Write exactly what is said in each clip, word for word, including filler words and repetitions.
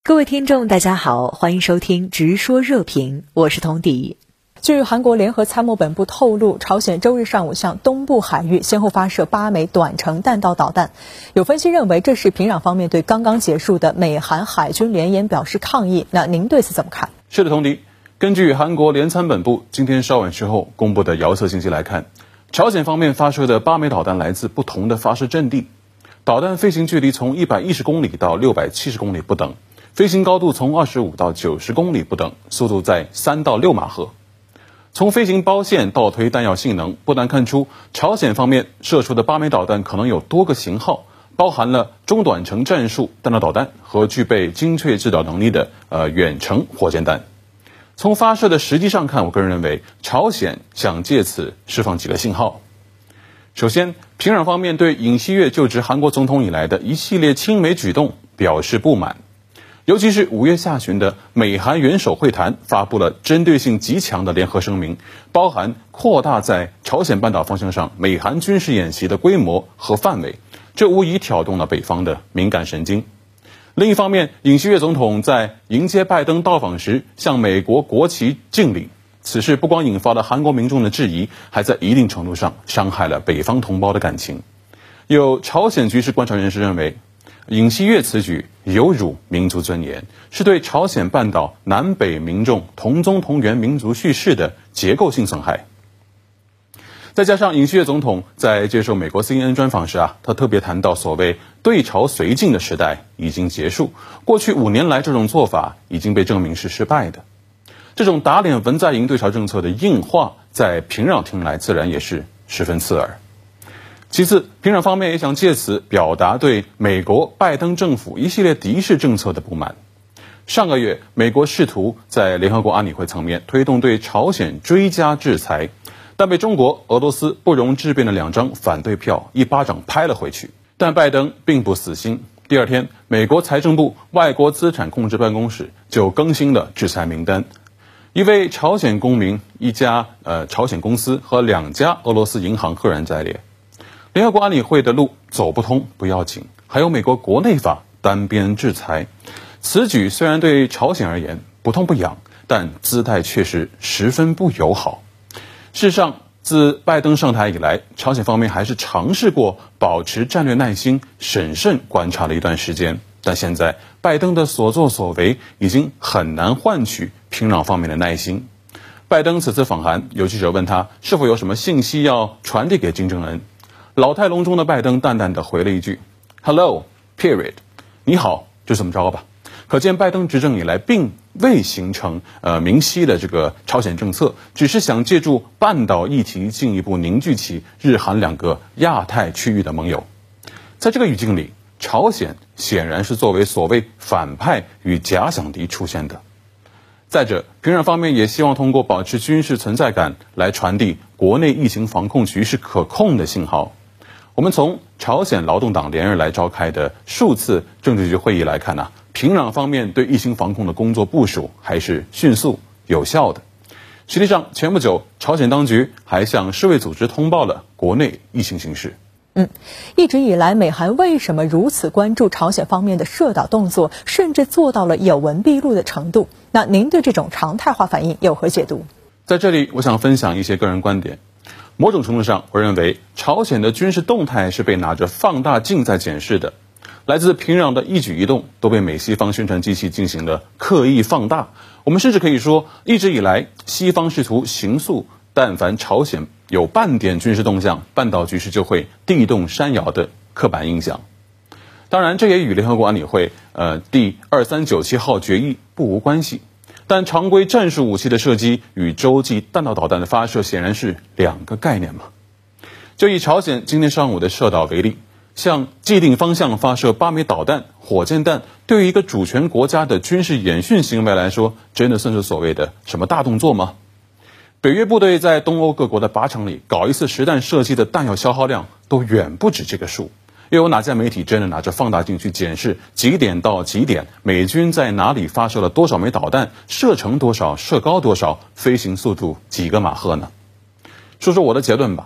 各位听众大家好，欢迎收听直说热评，我是童迪。据韩国联合参谋本部透露，朝鲜周日上午向东部海域先后发射八枚短程弹道导弹。有分析认为，这是平壤方面对刚刚结束的美韩海军联演表示抗议。那您对此怎么看？ 是的，童迪。根据韩国联参本部今天稍晚时候公布的遥测信息来看，朝鲜方面发射的八枚导弹来自不同的发射阵地，导弹飞行距离从一百一十公里到六百七十公里不等，飞行高度从二十五到九十公里不等，速度在三到六马赫。从飞行包线倒推弹药性能，不难看出朝鲜方面射出的八枚导弹可能有多个型号，包含了中短程战术弹道导弹和具备精确制导能力的呃远程火箭弹。从发射的时机上看，我个人认为朝鲜想借此释放几个信号。首先，平壤方面对尹锡悦就职韩国总统以来的一系列亲美举动表示不满，尤其是五月下旬的美韩元首会谈发布了针对性极强的联合声明，包含扩大在朝鲜半岛方向上美韩军事演习的规模和范围，这无疑挑动了北方的敏感神经。另一方面，尹锡悦总统在迎接拜登到访时向美国国旗敬礼，此事不光引发了韩国民众的质疑，还在一定程度上伤害了北方同胞的感情。有朝鲜局势观察人士认为，尹锡悦此举有辱民族尊严，是对朝鲜半岛南北民众同宗同源民族叙事的结构性损害。再加上尹锡悦总统在接受美国 C N N 专访时啊，他特别谈到所谓对朝绥靖的时代已经结束，过去五年来这种做法已经被证明是失败的。这种打脸文在寅对朝政策的硬化，在平壤听来自然也是十分刺耳。其次，平壤方面也想借此表达对美国拜登政府一系列敌视政策的不满。上个月，美国试图在联合国安理会层面推动对朝鲜追加制裁，但被中国、俄罗斯不容置辩的两张反对票一巴掌拍了回去。但拜登并不死心，第二天，美国财政部外国资产控制办公室就更新了制裁名单。一位朝鲜公民、一家呃朝鲜公司和两家俄罗斯银行赫然在列。联合国安理会的路走不通不要紧，还有美国国内法单边制裁。此举虽然对朝鲜而言不痛不痒，但姿态确实十分不友好。事实上，自拜登上台以来，朝鲜方面还是尝试过保持战略耐心，审慎观察了一段时间。但现在拜登的所作所为已经很难换取平壤方面的耐心。拜登此次访韩，有记者问他是否有什么信息要传递给金正恩。老态龙钟的拜登淡淡地回了一句 Hello, period， 你好，就这么着吧。可见拜登执政以来并未形成呃明晰的这个朝鲜政策，只是想借助半岛议题进一步凝聚起日韩两个亚太区域的盟友。在这个语境里，朝鲜显然是作为所谓反派与假想敌出现的。再者，平壤方面也希望通过保持军事存在感来传递国内疫情防控局势可控的信号。我们从朝鲜劳动党连日来召开的数次政治局会议来看呢、啊，平壤方面对疫情防控的工作部署还是迅速有效的。实际上，前不久朝鲜当局还向世卫组织通报了国内疫情形势。 嗯，一直以来，美韩为什么如此关注朝鲜方面的涉导动作，甚至做到了有闻必录的程度？那您对这种常态化反应有何解读？ 在这里，我想分享一些个人观点。某种程度上，我认为朝鲜的军事动态是被拿着放大镜在检视的，来自平壤的一举一动都被美西方宣传机器进行了刻意放大。我们甚至可以说，一直以来，西方试图形塑但凡朝鲜有半点军事动向，半岛局势就会地动山摇的刻板印象。当然，这也与联合国安理会呃第二三九七号决议不无关系。但常规战术武器的射击与洲际弹道导弹的发射显然是两个概念嘛。就以朝鲜今天上午的射导为例，向既定方向发射八枚导弹、火箭弹，对于一个主权国家的军事演训行为来说，真的算是所谓的什么大动作吗？北约部队在东欧各国的靶场里搞一次实弹射击的弹药消耗量都远不止这个数。又有哪家媒体真的拿着放大镜去检视几点到几点美军在哪里发射了多少枚导弹，射程多少，射高多少，飞行速度几个马赫呢？说说我的结论吧。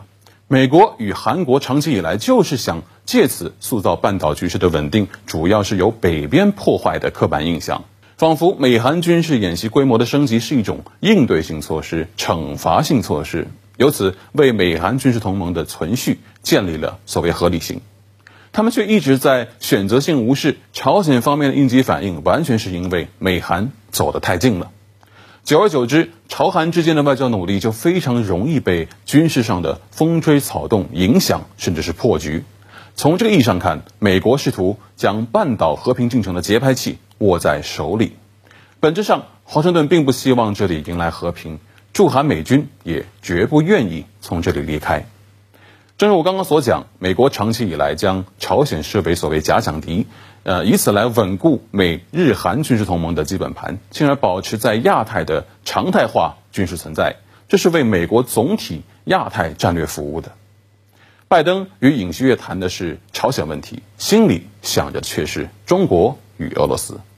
美国与韩国长期以来就是想借此塑造半岛局势的稳定，主要是由北边破坏的刻板印象，仿佛美韩军事演习规模的升级是一种应对性措施、惩罚性措施，由此为美韩军事同盟的存续建立了所谓合理性。他们却一直在选择性无视朝鲜方面的应激反应，完全是因为美韩走得太近了。久而久之，朝韩之间的外交努力就非常容易被军事上的风吹草动影响，甚至是破局。从这个意义上看，美国试图将半岛和平进程的节拍器握在手里。本质上，华盛顿并不希望这里迎来和平，驻韩美军也绝不愿意从这里离开。正如我刚刚所讲，美国长期以来将朝鲜视为所谓假想敌，呃，以此来稳固美日韩军事同盟的基本盘，进而保持在亚太的常态化军事存在，这是为美国总体亚太战略服务的。拜登与尹锡悦谈的是朝鲜问题，心里想着却是中国与俄罗斯。